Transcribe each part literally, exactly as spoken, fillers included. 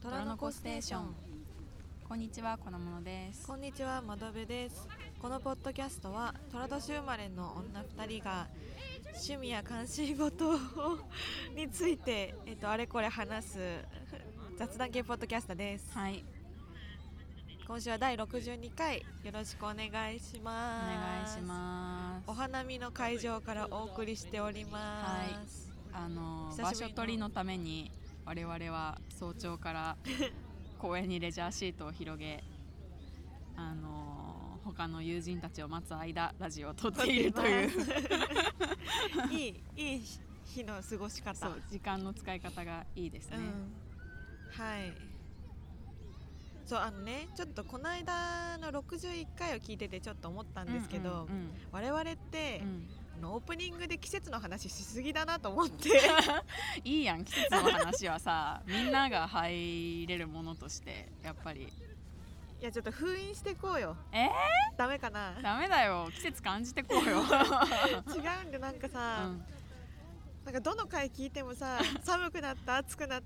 虎の子ステーション。 こんにちは、このものです。 こんにちは、まどべです。このポッドキャストは虎年生まれの女ふたりが趣味や関心事について、えっと、あれこれ話す雑談系ポッドキャストです。 はい、 今週はだいろくじゅうにかい、よろしくお願いします。 お願いします。 お花見の会場からお送りしております。 はい、あの久しぶりの場所取りのために我々は早朝から公園にレジャーシートを広げあの他の友人たちを待つ間ラジオを撮っているといういい、いい日の過ごし方。 そう、時間の使い方がいいですね、 うん、はい。そう、あのね、ちょっとこの間のろくじゅういっかいを聞いててちょっと思ったんですけど、 うんうんうん、 我々って、 うんあのオープニングで季節の話しすぎだなと思っていいやん、季節の話はさみんなが入れるものとしてやっぱり、 いや、ちょっと封印していこうよ。 えー、 ダメかな。 ダメだよ、季節感じてこうよ違うんで、なんかさ、 うん、 なんかどの回聞いてもさ寒くなった、暑くなった、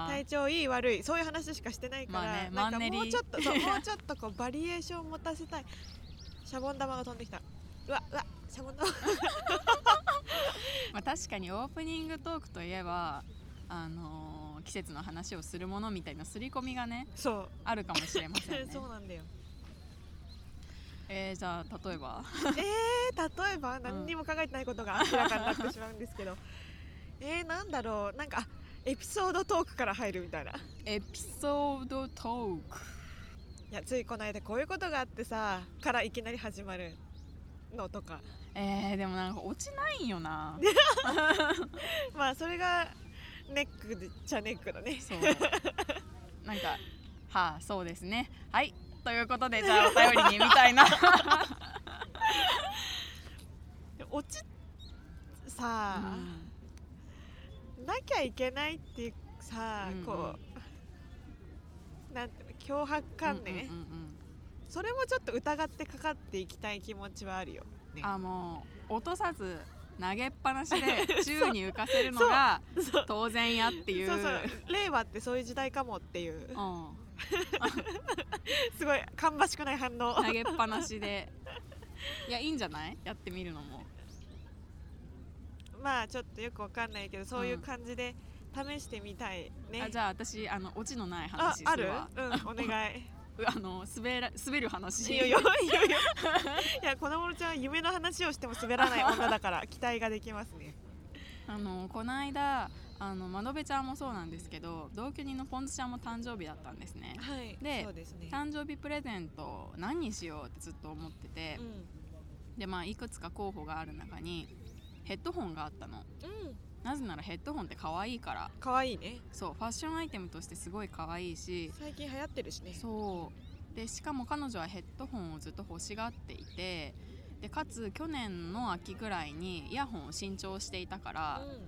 体調いい悪い、そういう話しかしてないから、 まあね、 なんかマンネリもうちょっとそうもうちょっとこうバリエーションを持たせたい。シャボン玉が飛んできた。うわうわ、シャボン玉まあ、確かにオープニングトークといえば、あのー、季節の話をするものみたいな刷り込みがね、 そうあるかもしれませんねそうなんだよ。 えー、じゃあ例えばえー、例えば何にも考えてないことが明らかになってしまうんですけどえー、なんだろう、なんかエピソードトークから入るみたいな。 エピソードトーク、 いや、ついこの間こういうことがあってさからいきなり始まるのとか。 えー、でもなんか落ちないんよなまあそれがネックでじゃネックだね。 そうなんかはあ、そうですね、はいということで、じゃあお便りにみたいな落ちさあ、うん、なきゃいけないっていうさ、うんうん、こうなんていうの、脅迫観念、うんうんうんうん、それもちょっと疑ってかかっていきたい気持ちはあるよ、ね、 あ、もう落とさず投げっぱなしで宙に浮かせるのが当然やっていう、 そうそう令和ってそういう時代かもっていう、うん、すごい芳しくない反応。 投げっぱなしでいや、いいんじゃない、やってみるのも。 まあちょっとよくわかんないけど、そういう感じで試してみたいね、 うん、あ、じゃあ私、あのオチのない話するわ。 あ、ある？うん、お願いあの 滑, ら滑る話。 いいよいいよいいよいや、子供ちゃんは夢の話をしても滑らない女だから期待ができますね。 あのこの間、あのまのべちゃんもそうなんですけど、同居人のポンズちゃんも誕生日だったんですね。 はい、 で、 そうですね、 誕生日プレゼント何にしようってずっと思ってて、うん、で、まあいくつか候補がある中にヘッドホンがあったの、うん、なぜならヘッドホンって可愛いから。 可愛いね。 そう、ファッションアイテムとしてすごい可愛いし、 最近流行ってるしね。 そうで、しかも彼女はヘッドホンをずっと欲しがっていて、でかつ去年の秋ぐらいにイヤホンを新調していたから、うん、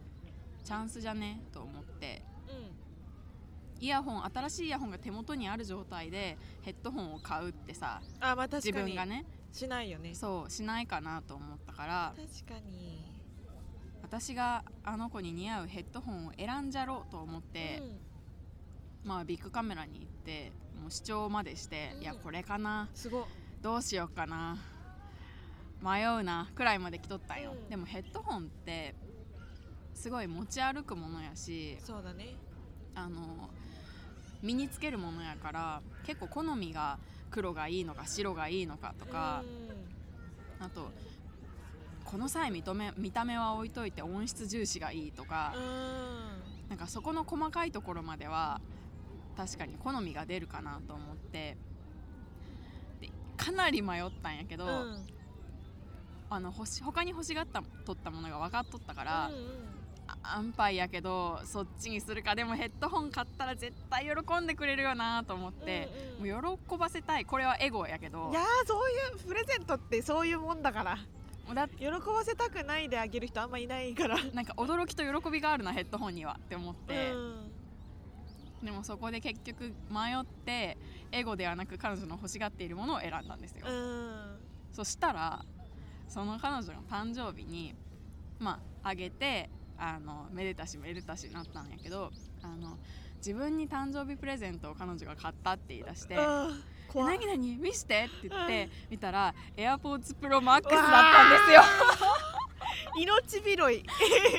チャンスじゃねと思って、うん、イヤホン新しいイヤホンが手元にある状態でヘッドホンを買うってさ、 あ、まあ、確かに自分がねしないよね。 そうしないかなと思ったから、 確かに私があの子に似合うヘッドホンを選んじゃろうと思って、うん、まあビッグカメラに行ってもう試聴までして、うん、いやこれかな、 すごどうしようかな、迷うなくらいまで来とったんよ、うん、でもヘッドホンってすごい持ち歩くものやし、 そうだね、 あの身につけるものやから結構好みが黒がいいのか白がいいのかとか、うん、あとこの際見た目、見た目は置いといて音質重視がいいとか、うん、なんかそこの細かいところまでは確かに好みが出るかなと思って、でかなり迷ったんやけど、うん、あの星他に欲しがった取ったものが分かっとったから、うんうん、安牌やけどそっちにするか、でもヘッドホン買ったら絶対喜んでくれるよなと思って、うんうん、もう喜ばせたい、これはエゴやけど、 いやー、そういうプレゼントってそういうもんだから、だ喜ばせたくないであげる人あんまいないから、 なんか驚きと喜びがあるなヘッドホンにはって思って、うん、でもそこで結局迷ってエゴではなく彼女の欲しがっているものを選んだんですよ、うん、そしたらその彼女の誕生日にまああげて、あのめでたしめでたしになったんやけど、あの自分に誕生日プレゼントを彼女が買ったって言い出して、 怖い。 何何見してって言って見たら AirPods Pro Max だったんですよ。 命拾い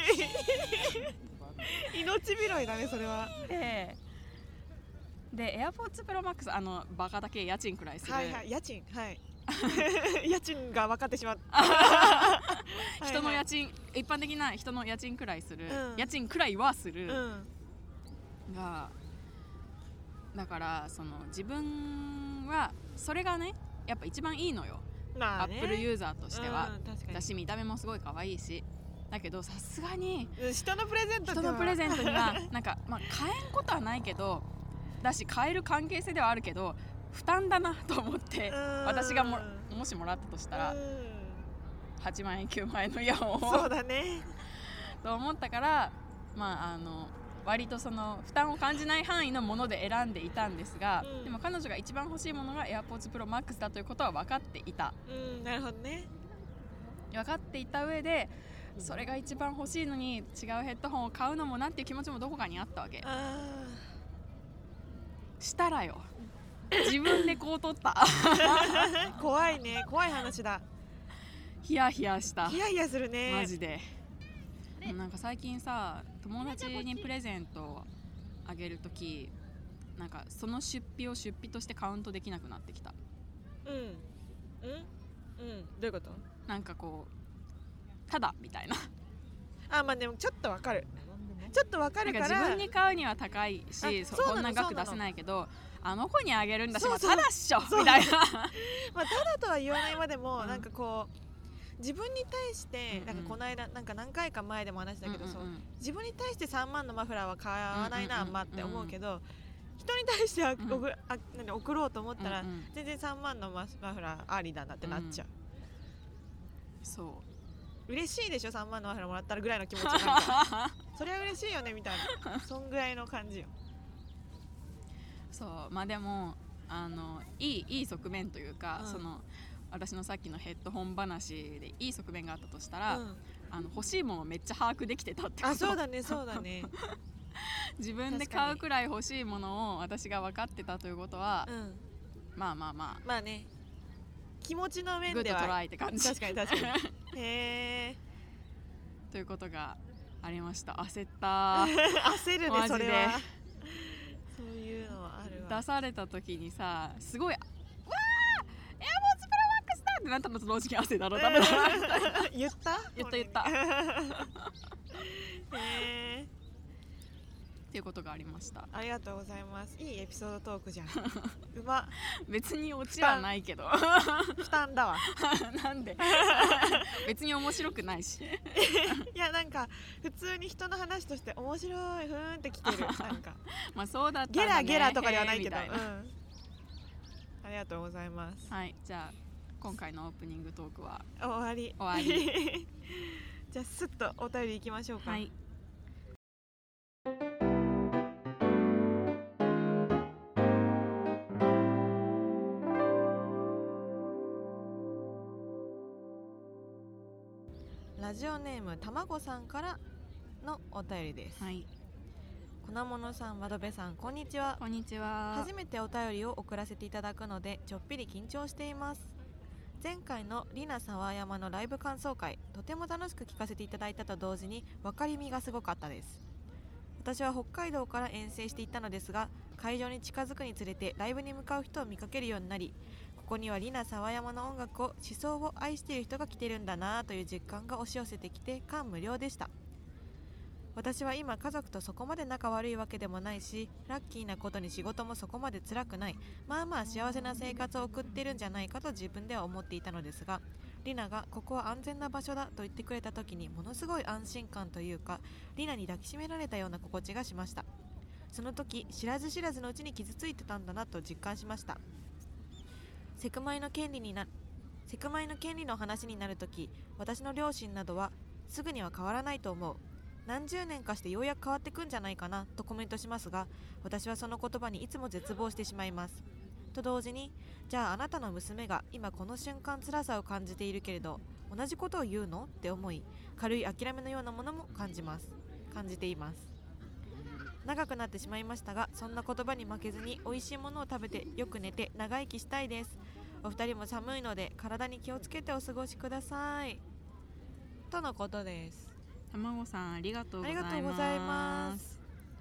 命拾いだねそれは。 でで AirPods Pro Max あのバカだけ家賃くらいする、 はいはい、家賃はい家賃が分かってしまった人の家賃、はいはい、一般的な人の家賃くらいする、 うん、 家賃くらいはする、 うん、がだからその自分はそれがねやっぱ一番いいのよ、 まあね、 Apple ユーザーとしては、 うん、確かに。 だし見た目もすごい可愛いし、だけどさすがに人のプレゼント人のプレゼントにはなんか、まあ、買えんことはないけどだし買える関係性ではあるけど負担だなと思って私がももしもらったとしたらはちまんえんきゅうまんえんのイヤホンをそうだねと思ったから、まあ、あの割とその負担を感じない範囲のもので選んでいたんですが、うん、でも彼女が一番欲しいものが AirPods Pro Max だということは分かっていた、 うん、なるほどね。 分かっていた上でそれが一番欲しいのに違うヘッドホンを買うのもなっていう気持ちもどこかにあったわけ。 あしたらよ自分でこう取った怖いね、怖い話だ。 ヒヤヒヤした。 ヒヤヒヤするねマジで。でもなんか最近さ友達にプレゼントをあげるときなんかその出費を出費としてカウントできなくなってきた。 うんうんうん、どういうこと？ なんかこうただみたいなあ、まあでもちょっとわかるちょっとわかるからなんか自分に買うには高いしそこんな額出せないけどあの子にあげるんだし、まあ、ただっしょみたいなまあただとは言わないまでも、 うん、 なんかこう自分に対して、うんうん、なんかこの間なんか何回か前でも話したけど、うんうんうん、そう自分に対してさんまんのマフラーは買わないな、うんうんうん、あんまって思うけど、人に対しては、うん、送, あなんで送ろうと思ったら、うんうん、全然さんまんのマフラーありだなってなっちゃう、 うん、そう嬉しいでしょさんまんのマフラーもらったらぐらいの気持ちなんかそれは嬉しいよねみたいなそんぐらいの感じよ。 そうまあでもあのいいいい側面というか、うん、その私のさっきのヘッドホン話でいい側面があったとしたら、うん、あの欲しいものをめっちゃ把握できてたってこと。 あ、そうだねそうだね自分で買うくらい欲しいものを私が分かってたということは、うん、まあまあまあまあね気持ちの面ではグッドトライって感じ。 確かに確かにへーということがありました。焦った焦るねそれは。そういうのはあるわ。 出された時にさすごいわー AirPods Pro Max だってなったのと同時に汗だろダメだ言った言った言ったへーっていうことがありました。 ありがとうございます。いいエピソードトークじゃんうま別にオチはないけど負担だわなんで別に面白くないしいやなんか普通に人の話として面白いふーんってきてるなんかまあそうだったんだねゲラゲラとかではないけど、 うん、 ありがとうございます。 はいじゃあ今回のオープニングトークは終わり終わりじゃあスッとお便りいきましょうか。 はいラジオネームたまごさんからのお便りです。 はい。 粉物さん、窓辺さん、こんにちは。 こんにちは。 初めてお便りを送らせていただくのでちょっぴり緊張しています。前回のリナ沢山のライブ感想会、とても楽しく聞かせていただいたと同時に分かりみがすごかったです。私は北海道から遠征していったのですが、会場に近づくにつれてライブに向かう人を見かけるようになり、ここにはリナ沢山の音楽を思想を愛している人が来てるんだなという実感が押し寄せてきて感無量でした。私は今家族とそこまで仲悪いわけでもないし、ラッキーなことに仕事もそこまで辛くない、まあまあ幸せな生活を送ってるんじゃないかと自分では思っていたのですが、リナがここは安全な場所だと言ってくれた時にものすごい安心感というか、リナに抱きしめられたような心地がしました。その時知らず知らずのうちに傷ついてたんだなと実感しました。セクマイの権利になセクマイの権利の話になるとき、私の両親などはすぐには変わらないと思う、何十年かしてようやく変わってくんじゃないかなとコメントしますが、私はその言葉にいつも絶望してしまいます。と同時に、じゃああなたの娘が今この瞬間辛さを感じているけれど同じことを言うのって思い、軽い諦めのようなものも感じます感じています。 長くなってしまいましたが、そんな言葉に負けずに美味しいものを食べてよく寝て長生きしたいです。お二人も寒いので体に気をつけてお過ごしください、とのことです。 たまごさん、ありがとうございます。 ありがとうございます。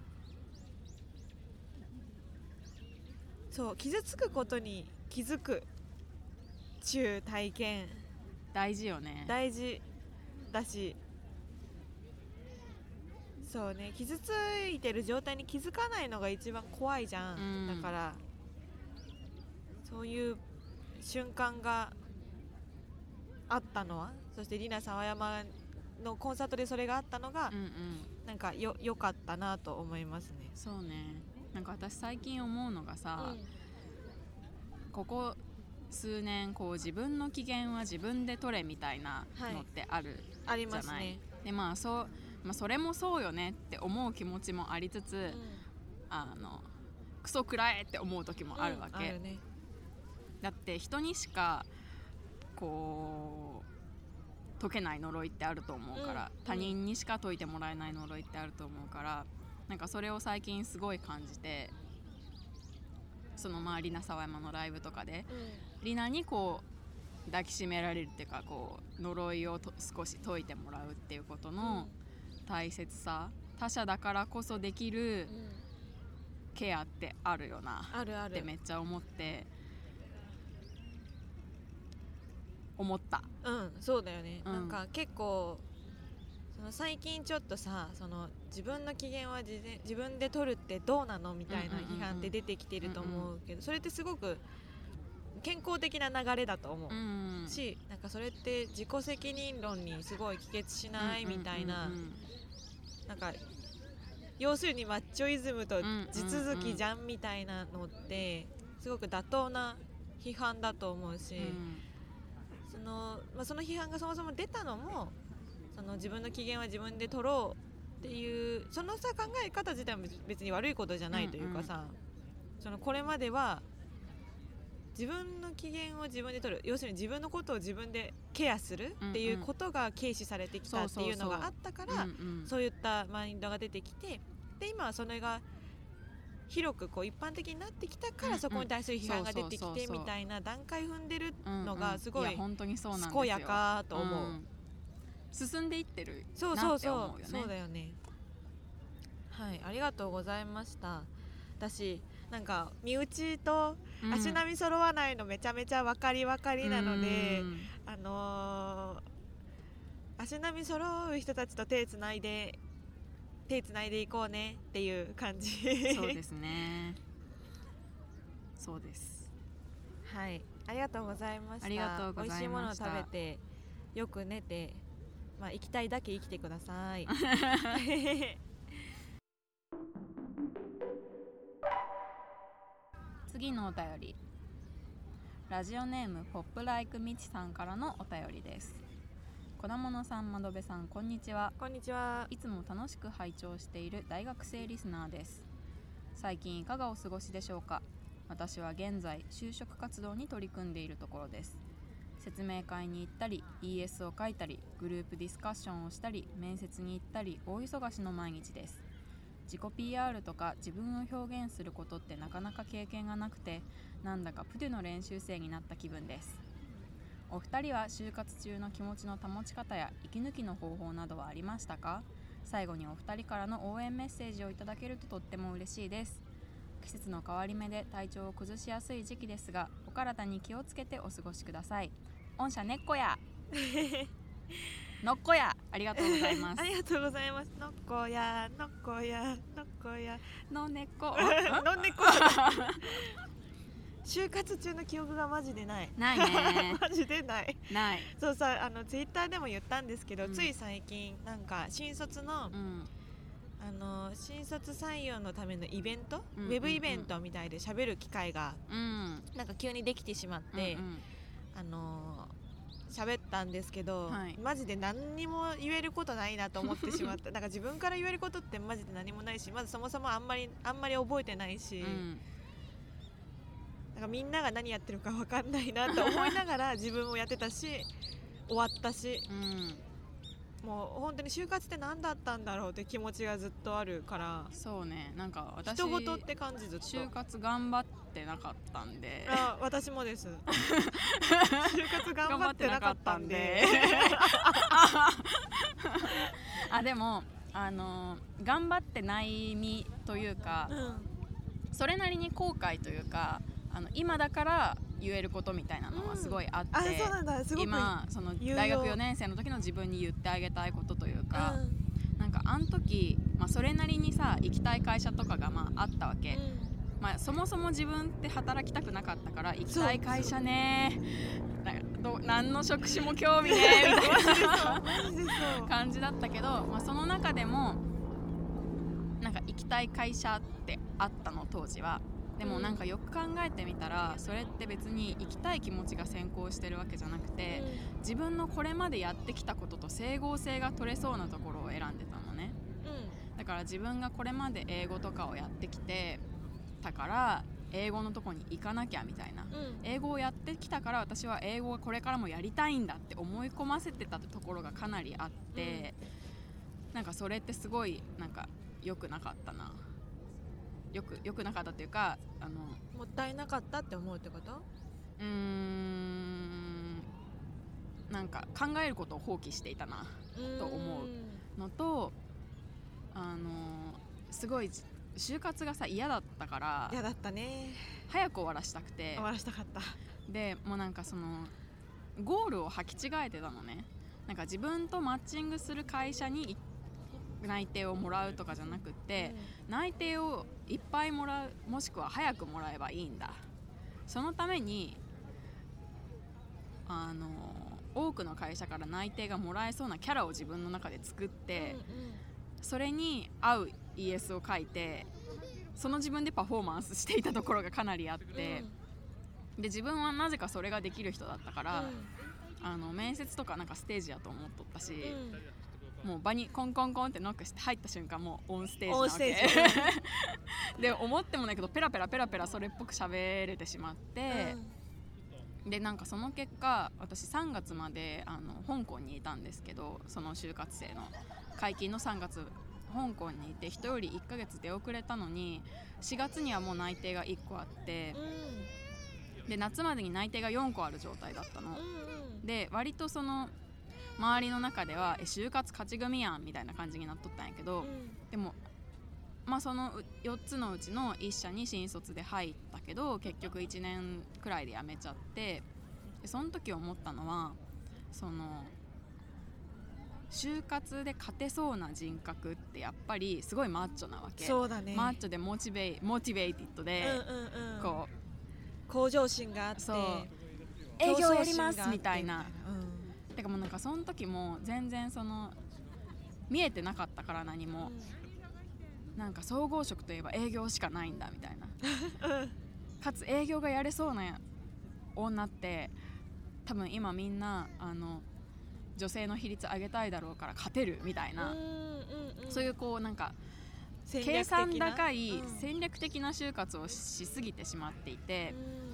そう、傷つくことに気づく中体験大事よね。 大事だし、そうね、傷ついてる状態に気づかないのが一番怖いじゃん、うん、だからそういう瞬間があったのは、そしてリナ沢山のコンサートでそれがあったのが、うんうん、なんかよ良かったなと思いますね。 そうね、なんか私最近思うのがさ、うん、ここ数年こう自分の機嫌は自分で取れみたいなのってあるじゃない、はい、ありますね。でまあそうまあ、それもそうよねって思う気持ちもありつつ、うん、あのクソくらえって思う時もあるわけ、うん、あるね。だって人にしかこう解けない呪いってあると思うから、うん、他人にしか解いてもらえない呪いってあると思うから、なんかそれを最近すごい感じて、そのまあリナ沢山のライブとかで、うん、リナにこう抱きしめられるっていうか、こう呪いをと少し解いてもらうっていうことの、うん大切さ、他者だからこそできるケアってあるよな、あるあるってめっちゃ思って思った。 うん、そうだよね、うん、なんか結構その最近ちょっとさ、その自分の機嫌は自, 自分で取るってどうなのみたいな批判って出てきてると思うけど、うんうんうん、それってすごく健康的な流れだと思う、うんうん、し、なんかそれって自己責任論にすごい帰結しないみたいな、うんうんうんうん、なんか要するにマッチョイズムと地続きじゃんみたいなのってすごく妥当な批判だと思うし、うん、そのまあ、その批判がそもそも出たのも、その自分の機嫌は自分で取ろうっていうそのさ考え方自体も別に悪いことじゃないというかさ、うんうん、そのこれまでは自分の機嫌を自分で取る、要するに自分のことを自分でケアするっていうことが軽視されてきたっていうのがあったから、そういったマインドが出てきて、で今はそれが広くこう一般的になってきたから、そこに対する批判が出てきてみたいな段階踏んでるのがすごい健やかと思う、うん、 進んでいってるなって思うよね。 そうそうそう、そうだよね。はい、ありがとうございました。私なんか身内と足並み揃わないのめちゃめちゃ分かり分かりなので、うん、あのー、足並み揃う人たちと手つないで手つないでいこうねっていう感じ。 そうですね、そうです。 はい、ありがとうございました。 ありがとうございました。美味しいものを食べてよく寝て、まあ、生きたいだけ生きてください。 次のお便り、ラジオネームポップライクみちさんからのお便りです。粉物さん、窓辺さん、こんにちは。 こんにちは。 いつも楽しく拝聴している大学生リスナーです。最近いかがお過ごしでしょうか。私は現在就職活動に取り組んでいるところです。説明会に行ったり イーエス を書いたりグループディスカッションをしたり面接に行ったり大忙しの毎日です。自己 ピーアール とか自分を表現することってなかなか経験がなくて、なんだかプデュの練習生になった気分です。お二人は就活中の気持ちの保ち方や息抜きの方法などはありましたか。最後にお二人からの応援メッセージをいただけるととっても嬉しいです。季節の変わり目で体調を崩しやすい時期ですが、お体に気をつけてお過ごしください。御社ねっこやのっこや、ありがとうございます。 ありがとうございます。のっこやのっこやのっこやのねっこのねっこ就活中の記憶がマジでないないねマジでないない。 そうさ、あのツイッターでも言ったんですけど、うん、つい最近なんか新卒の、うん、あの新卒採用のためのイベント、うんうんうん、ウェブイベントみたいで喋る機会が、うん、なんか急にできてしまって、うんうん、あの喋ったんですけど、はい、マジで何にも言えることないなと思ってしまったなんか自分から言えることってマジで何もないし、まずそもそもあんまりあんまり覚えてないし、うん、なんかみんなが何やってるか分かんないなと思いながら自分もやってたし終わったし、うん、 もう本当に就活って何だったんだろうって気持ちがずっとあるから。 そうね、なんか私人事って感じずっと。 就活頑張ってなかったんで。 あ、私もです就活頑張ってなかったんであ、でもあの頑張ってない身というか、うん、それなりに後悔というか、あの今だから言えることみたいなのはすごいあって、うん、あ、そうなんだ、すごく今その大学よねん生の時の自分に言ってあげたいことというか、うん、なんかあの時、まあ、それなりにさ行きたい会社とかがまああったわけ、うん、まあ、そもそも自分って働きたくなかったから行きたい会社ねなんかど何の職種も興味ねみたいな感じだったけど、まあ、その中でもなんか行きたい会社ってあったの当時は。でもなんかよく考えてみたら、それって別に行きたい気持ちが先行してるわけじゃなくて、自分のこれまでやってきたことと整合性が取れそうなところを選んでたのね。だから自分がこれまで英語とかをやってきてたから英語のとこに行かなきゃみたいな、英語をやってきたから私は英語がこれからもやりたいんだって思い込ませてたところがかなりあって、なんかそれってすごいなんか良くなかったな。よく良くなかったっていうか、あのもったいなかったって思うってこと？ うーん、なんか考えることを放棄していたなと思うのと、あのすごい就活がさ嫌だったから、 嫌だったね、 早く終わらしたくて、 終わらしたかった。 でもうなんかそのゴールを履き違えてたのね。なんか自分とマッチングする会社に内定をもらうとかじゃなくって、うん、内定をいっぱいもらう、もしくは早くもらえばいいんだ。そのためにあの多くの会社から内定がもらえそうなキャラを自分の中で作って、うんうん、それに合う イーエス を書いて、その自分でパフォーマンスしていたところがかなりあって、うん、で自分はなぜかそれができる人だったから、うん、あの面接とかなんかステージやと思っとったし、うん、もう場にコンコンコンってノックして入った瞬間もうオンステージなわけで、思ってもないけどペラペラペラペラそれっぽく喋れてしまって、うん、でなんかその結果私さんがつまであの香港にいたんですけど、その就活生の解禁のさんがつ香港にいて人よりいっかげつ出遅れたのに、しがつにはもう内定がいっこあって、うん、で夏までに内定がよんこある状態だったの、うんうん、で割とその周りの中ではえ就活勝ち組やんみたいな感じになっとったんやけど、うん、でも、まあ、そのよっつのうちのいっ社に新卒で入ったけど結局いちねんくらいで辞めちゃって、でその時思ったのは、その就活で勝てそうな人格ってやっぱりすごいマッチョなわけ。 そうだね、 マッチョでモチベイモチベイティッドで、うんうんうん、こう向上心があって、 そう営業やりますみたいな、うん、てかもうなんかその時も全然その見えてなかったから何も、うん、なんか総合職といえば営業しかないんだみたいな、うん、かつ営業がやれそうな女って多分今みんなあの女性の比率上げたいだろうから勝てるみたいな、うんうんうん、そういうこうなんか計算高い戦略的な就活をしすぎてしまっていて、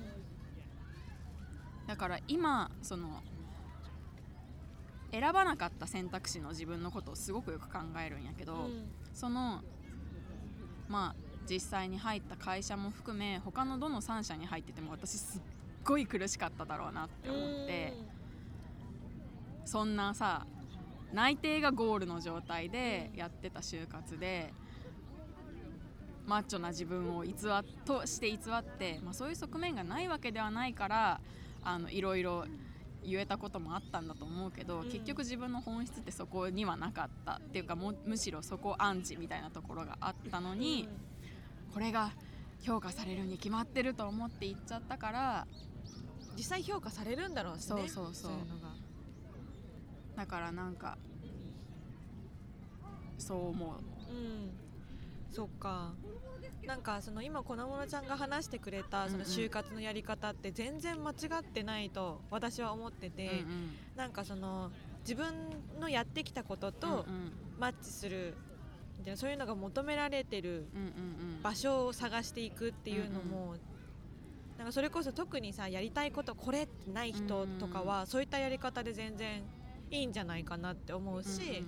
うん、だから今その選ばなかった選択肢の自分のことをすごくよく考えるんやけど、うん、そのまあ実際に入った会社も含め他のどのさん社に入ってても私すっごい苦しかっただろうなって思って、うん、そんなさ内定がゴールの状態でやってた就活でマッチョな自分を偽っとして偽って、まあ、そういう側面がないわけではないからあのいろいろ言えたこともあったんだと思うけど、うん、結局自分の本質ってそこにはなかったっていうか、もむしろそこアンチみたいなところがあったのに、うん、これが評価されるに決まってると思って言っちゃったから、 実際評価されるんだろうしね。 そうそうそう、 そういうのがだからなんかそう思う。うん、 そっか。なんかその今粉物ちゃんが話してくれたその就活のやり方って全然間違ってないと私は思ってて、うんうん、なんかその自分のやってきたこととマッチする、うんうん、そういうのが求められてる場所を探していくっていうのも、うんうん、なんかそれこそ特にさやりたいことこれってない人とかはそういったやり方で全然いいんじゃないかなって思うし、 うんうん、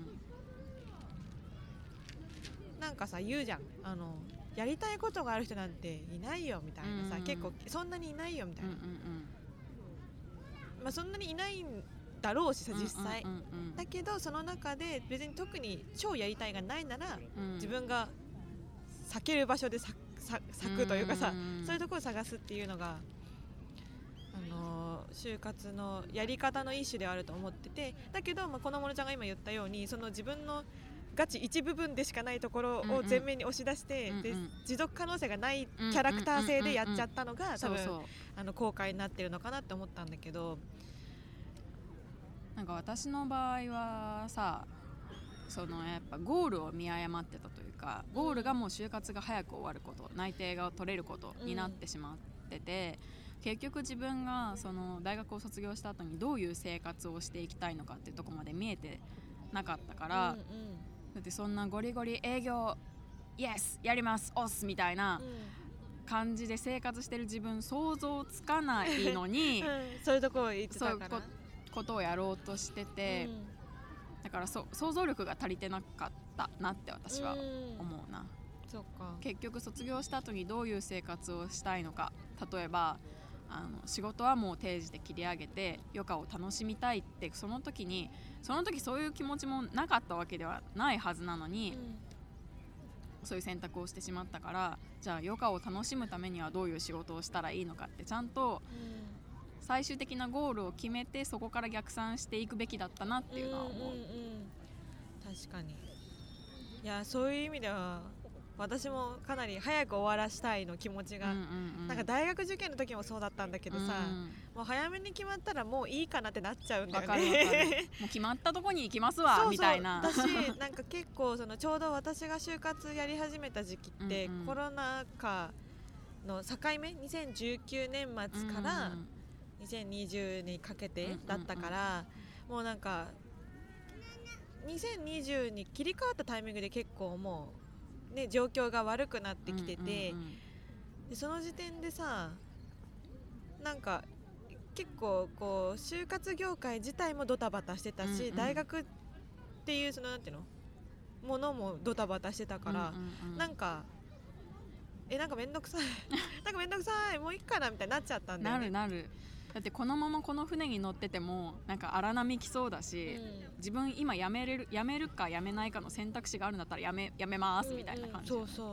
なんかさ言うじゃん、あのやりたいことがある人なんていないよみたいなさ、うんうん、結構そんなにいないよみたいな、うんうんうん、まあそんなにいないんだろうしさ実際、うんうんうんうん、だけどその中で別に特に超やりたいがないなら、うん、自分が避ける場所で咲くというかさ、うんうん、そういうところを探すっていうのがあのー、就活のやり方の一種ではあると思ってて、だけど、まあ、このものちゃんが今言ったようにその自分のガチ一部分でしかないところを前面に押し出して、うんうん、で持続可能性がないキャラクター性でやっちゃったのが多分あの後悔になってるのかなって思ったんだけど、 なんか私の場合はさ、そのやっぱゴールを見誤ってたというか、ゴールがもう就活が早く終わること、内定が取れることになってしまってて、うん、結局自分がその大学を卒業した後にどういう生活をしていきたいのかっていうところまで見えてなかったから、うんうん、だってそんなゴリゴリ営業イエスやりますオスみたいな感じで生活してる自分想像つかないのに、 うん、そういうところ言ってたから、 そういうことをやろうとしてて、うん、だからそ想像力が足りてなかったなって私は思うな、うん、 そうか。 結局卒業した後にどういう生活をしたいのか、例えばあの仕事はもう定時で切り上げて余暇を楽しみたいって、その時にその時そういう気持ちもなかったわけではないはずなのに、うん、そういう選択をしてしまったから、じゃあ余暇を楽しむためにはどういう仕事をしたらいいのかってちゃんと最終的なゴールを決めてそこから逆算していくべきだったなっていうのは思う、うんうんうん、 確かに。いやそういう意味では私もかなり早く終わらしたいの気持ちが、うんうんうん、なんか大学受験の時もそうだったんだけどさ、うんうん、もう早めに決まったらもういいかなってなっちゃうんだよね。わかるわかるもう決まったとこに行きますわみたいな。そうそう私なんか結構そのちょうど私が就活やり始めた時期ってうん、うん、コロナ禍の境目にせんじゅうきゅうねん末からにせんにじゅうにかけてだったから、うんうんうん、もうなんかにせんにじゅうに切り替わったタイミングで結構もうね、状況が悪くなってきてて、うんうんうん、でその時点でさなんか結構こう就活業界自体もドタバタしてたし、うんうん、大学っていうそのなんていうのものもドタバタしてたから、うんうんうん、なんかえなんかめんどくさいなんかめんどくさいもういいかなみたいになっちゃったんだよね。 なるなる。だってこのままこの船に乗っててもなんか荒波来そうだし、うん、自分今やめれるやめるかやめないかの選択肢があるんだったらやめやめますみたいな感じ、 うんうん、そうそう、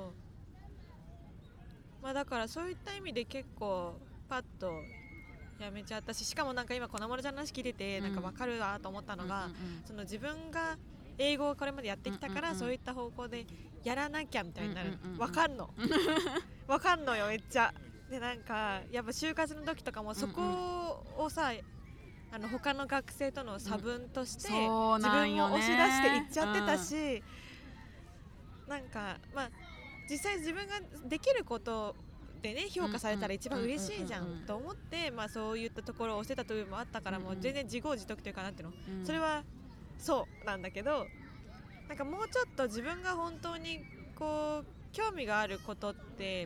まあ、だからそういった意味で結構パッとやめちゃったし、しかもなんか今このものちゃんの話聞いてて、うん、なんか分かるわと思ったのが、うんうんうん、その自分が英語をこれまでやってきたから、うんうんうん、そういった方向でやらなきゃみたいになる、うんうんうん、分かんの分かんのよめっちゃ。でなんかやっぱ就活の時とかもそこをさ、うんうん、あの他の学生との差分として、うん、自分も押し出していっちゃってたし、うん、なんかまあ実際自分ができることでね評価されたら一番嬉しいじゃんと思って、まあ、そういったところを押してた部分もあったから、もう全然自業自得というかなんていうの、うん、それはそうなんだけど、なんかもうちょっと自分が本当にこう興味があることって、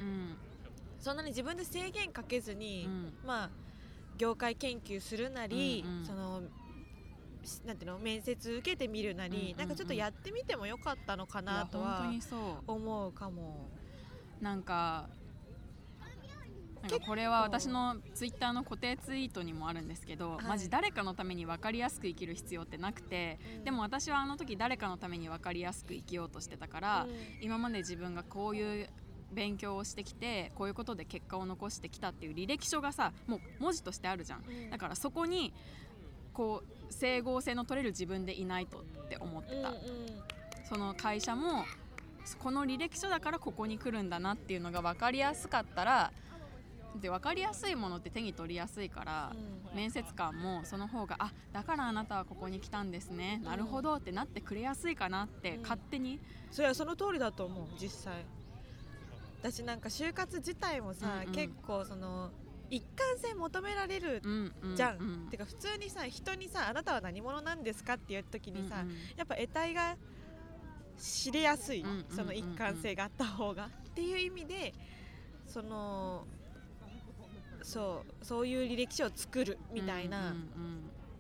うんそんなに自分で制限かけずに、うん、まあ業界研究するなり、うんうん、そのなんていうの面接受けてみるなり、うんうんうん、なんかちょっとやってみてもよかったのかなとは思うかも。 なんかなんかこれは私のツイッターの固定ツイートにもあるんですけど、はい、マジ誰かのために分かりやすく生きる必要ってなくて、うん、でも私はあの時誰かのために分かりやすく生きようとしてたから、うん、今まで自分がこういう勉強をしてきてこういうことで結果を残してきたっていう履歴書がさもう文字としてあるじゃん、うん、だからそこにこう整合性の取れる自分でいないとって思ってた、うんうん、その会社もこの履歴書だからここに来るんだなっていうのが分かりやすかったら、で分かりやすいものって手に取りやすいから、うん、面接官もその方があだからあなたはここに来たんですね、うん、なるほどってなってくれやすいかなって勝手に、うん、 それはその通りだと思う。実際私なんか就活自体もさ、うんうん、結構その一貫性求められるじゃん、うんうんうん、てか普通にさ人にさあなたは何者なんですかって言う時にさ、うんうん、やっぱ得体が知れやすい、うんうんうんうん、その一貫性があった方がっていう意味でそのそうそういう履歴書を作るみたいな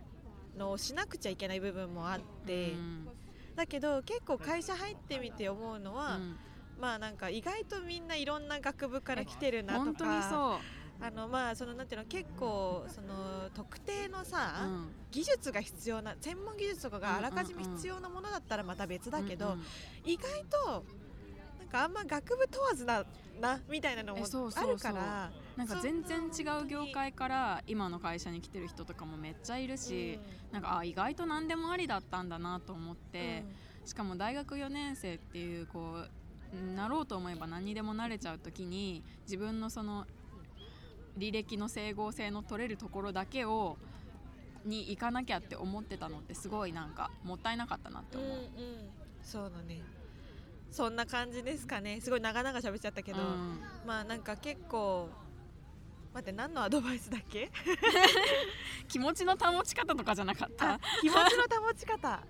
のをしなくちゃいけない部分もあって、 うん、 だけど結構会社入ってみて思うのは、 うん、 まあなんか意外とみんないろんな学部から来てるなとか、 本当にそう、 あのまあそのなんていうの結構その特定のさ、 うん、 技術が必要な専門技術とかがあらかじめ必要なものだったらまた別だけど、 うんうん、 意外となんかあんま学部問わずななみたいなのもあるから、 なんか全然違う業界から今の会社に来てる人とかもめっちゃいるし、うん、なんかあ意外と何でもありだったんだなと思って、うん、しかも大学よねん生っていうこうなろうと思えば何にでもなれちゃう時に自分のその履歴の整合性の取れるところだけをに行かなきゃって思ってたのってすごいなんかもったいなかったなって思う、うんうん、 そうだね、そんな感じですかね。すごい長々喋っちゃったけど、うん、まあなんか結構待って何のアドバイスだっけ気持ちの保ち方とかじゃなかった？ 気持ちの保ち方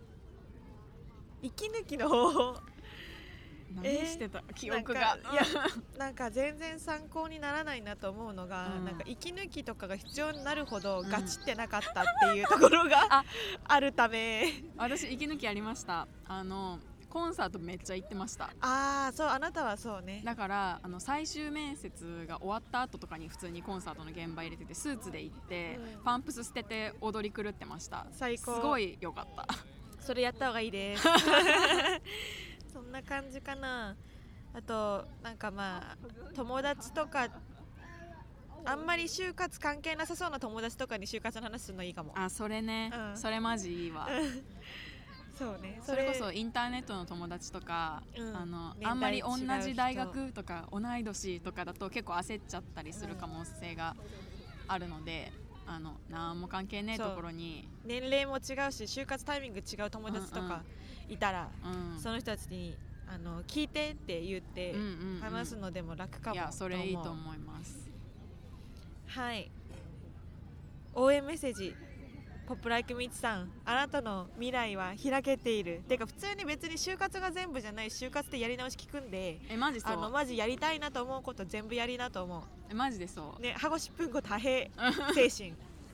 息抜きの方法何してた、えー、記憶がいやなんか全然参考にならないなと思うのが、うん、なんか息抜きとかが必要になるほどガチってなかったっていうところが、うん、あ, あるため私息抜きありました。あのコンサートめっちゃ行ってました。 ああそう、あなたはそうね。 だからあの最終面接が終わった後とかに普通にコンサートの現場入れててスーツで行って、うん、パンプス捨てて踊り狂ってました。 最高、 すごい良かった。 それやった方がいいですそんな感じかな。あとなんかまあ友達とかあんまり就活関係なさそうな友達とかに就活の話するのいいかも。 あそれね、うん、それマジいいわそうね、 それこそインターネットの友達とか、うん、あのあんまり同じ大学とか同い年とかだと結構焦っちゃったりする可能性があるので、うん、あの何も関係ねえところに年齢も違うし就活タイミング違う友達とかいたら、うんうん、その人たちにあの聞いてって言って話すのでも楽かもと思う。 いやそれいいと思います。 はい、応援メッセージ。ポップライクミチさん、あなたの未来は開けている。てか普通に別に就活が全部じゃない、就活でやり直し聞くんで、 えマジそう、 あのマジやりたいなと思うこと全部やりなと思う。 えマジでそうね、ハゴシップンゴ多平精神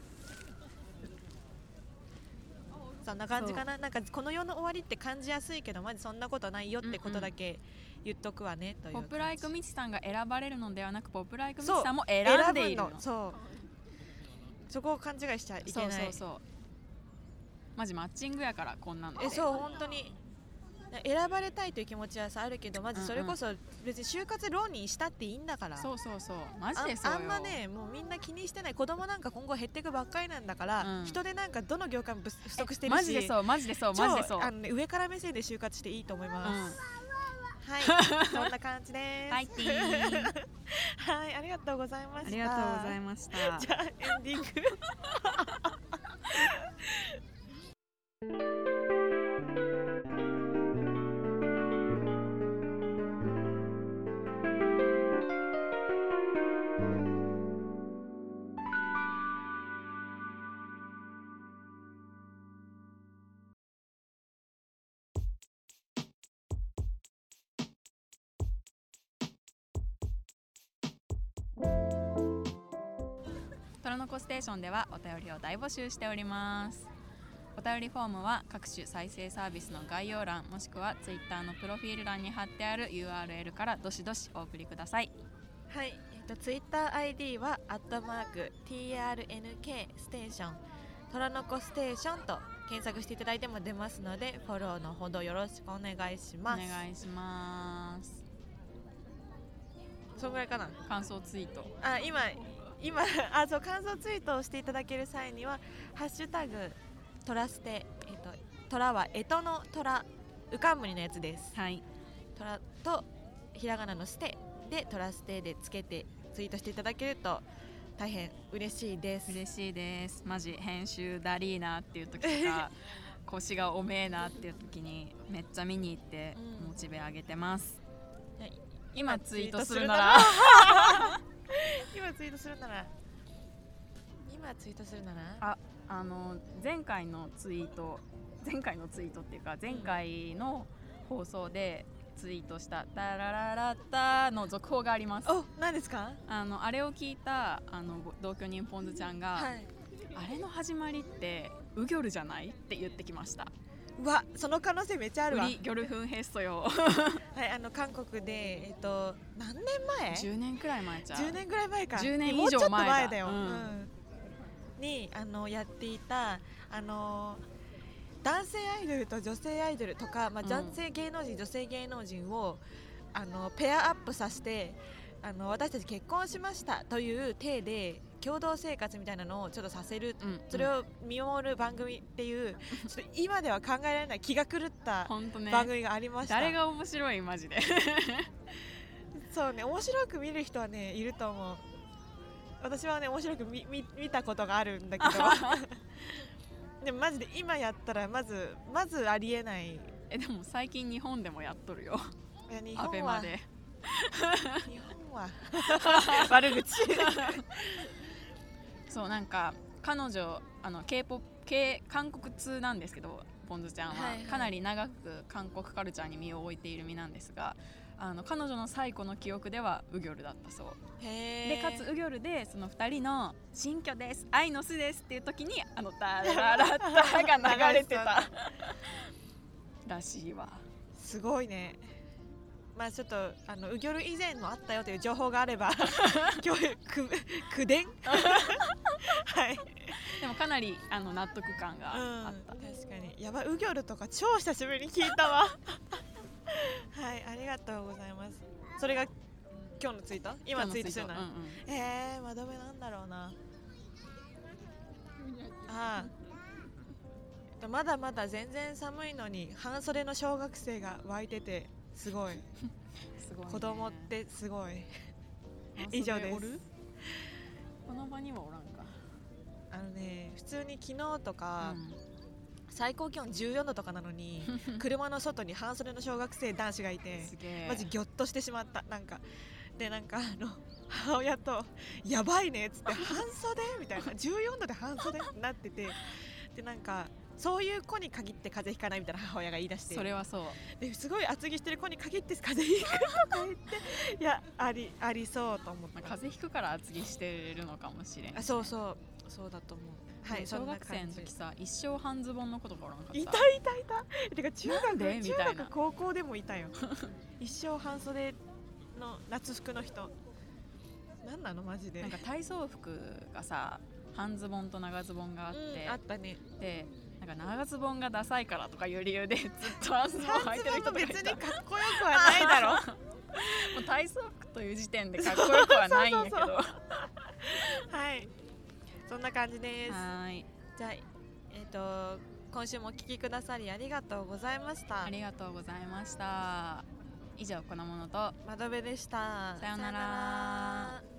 そんな感じかな。なんかこの世の終わりって感じやすいけどマジそんなことないよってことだけ言っとくわね、うんうん、というポップライクミチさんが選ばれるのではなくポップライクミチさんも選んでいるの。 そうそこを勘違いしちゃいけない。 そうそうそう、マジマッチングやからこんなの。 えそう本当に選ばれたいという気持ちはさあるけど、マジそれこそ別に就活浪人したっていいんだから。 そうそうそうマジでそうよ。 あ, あんまねもうみんな気にしてない。子供なんか今後減っていくばっかりなんだから、うん、人でなんかどの業界も不足してるし、 マジでそうマジでそうマジでそう、 あの、ね、上から目線で就活していいと思います、うん、はいそんな感じですはいティーはい、ありがとうございました。 ありがとうございましたじゃあエンディングトラノコステーションではお便りを大募集しております。お便りフォームは各種再生サービスの概要欄もしくは Twitter のプロフィール欄に貼ってある ユーアールエル からどしどしお送りください。 はい、えっと、Twitter アイディー はアットマーク ティーアールエヌケー ステーショントラノコステーションと検索していただいても出ますのでフォローのほどよろしくお願いします。 お願いします。 そんぐらいかな。 感想ツイート、 あ今今あそう感想ツイートをしていただける際にはハッシュタグトラステ、えっと、トラは干支のトラ、うかんむりのやつです。 はい、 トラとひらがなのステでトラステでつけてツイートしていただけると大変嬉しいです。 嬉しいです。マジ編集だりーなっていう時とか腰がおめえなっていう時にめっちゃ見に行ってモチベ上げてます、うん、今ツイートするなら今ツイートするなら今ツイートするならああの前回のツイート前回のツイートっていうか前回の放送でツイートしたタラララッタの続報があります。 お、何ですか？ あのあれを聞いたあの同居人ポンズちゃんが、はい、あれの始まりってウギョルじゃないって言ってきました。 うわ、その可能性めっちゃあるわ。 ウリギョルフンヘッソよはい、あの韓国で、えっと、何年前じゅうねんくらい前じゃん。 じゅうねんぐらい前か。 じゅうねんもうちょっと以上前だ前だよ、 うんうんにあのやっていたあの男性アイドルと女性アイドルとか、まあ、 うん男性芸能人、女性芸能人をあのペアアップさせて、あの私たち結婚しましたという体で共同生活みたいなのをちょっとさせる、 うん、 それを見守る番組っていうちょっと今では考えられない気が狂ったほんとね、 番組がありました。 誰が面白いマジでそうね、面白く見る人はねいると思う。私はね面白く 見, 見, 見たことがあるんだけどでもマジで今やったらまずまずありえない。 えでも最近日本でもやっとるよ。 いや日アベ本はマで日本は悪口そうなんか彼女あの K-ポップ、K、韓国通なんですけどポンズちゃんは、 はいはい、 かなり長く韓国カルチャーに身を置いている身なんですが、あの彼女の最古の記憶ではウギョルだったそうへで、かつウギョルでそのふたりの新居です愛の巣ですっていう時にあのタララッタが流れてたらしいわ。 すごいね。まあちょっとあのウギョル以前もあったよという情報があれば今日く口伝はいでもかなりあの納得感があった、 うん、確かにやばい、ウギョルとか超久しぶりに聞いたわはい、ありがとうございます。それが今日のツイート、今ツイートしてるの、うんうん、えー、まどめなんだろうなああ、まだまだ全然寒いのに半袖の小学生が湧いててすごいすごいね、 子供ってすごい以上です。 この場にはおらんか。 あのね、普通に昨日とか、 うん、 最高気温じゅうよんどとかなのに車の外に半袖の小学生男子がいてマジギョッとしてしまった。なんかでなんかあの母親とやばいねっつって半袖みたいなじゅうよんどで半袖ってなってて、でなんかそういう子に限って風邪ひかないみたいな母親が言い出して、 それはそうですごい厚着してる子に限って風邪ひくとか言っていやありありそうと思って、 まあ、風邪ひくから厚着してるのかもしれん、ね、 あそうそうそうだと思う。はい、 小学生の時さ一生半ズボンの子とかおらんかった。 いたいたいた。てか中学で中学高校でもいたよ一生半袖の夏服の人なんなのマジで。 なんか体操服がさ半ズボンと長ズボンがあって、 うん、あったね。 でなんか長ズボンがダサいからとかいう理由でずっと半ズボン履いてる人とかいた。 別にかっこよくはないだろもう体操服という時点でかっこよくはないんやけどそうそうそうはいそんな感じです。 はい、 じゃあ、えーと、今週もお聞きくださりありがとうございました。 ありがとうございました。以上、このものと窓辺でした。 さようなら。 さようなら。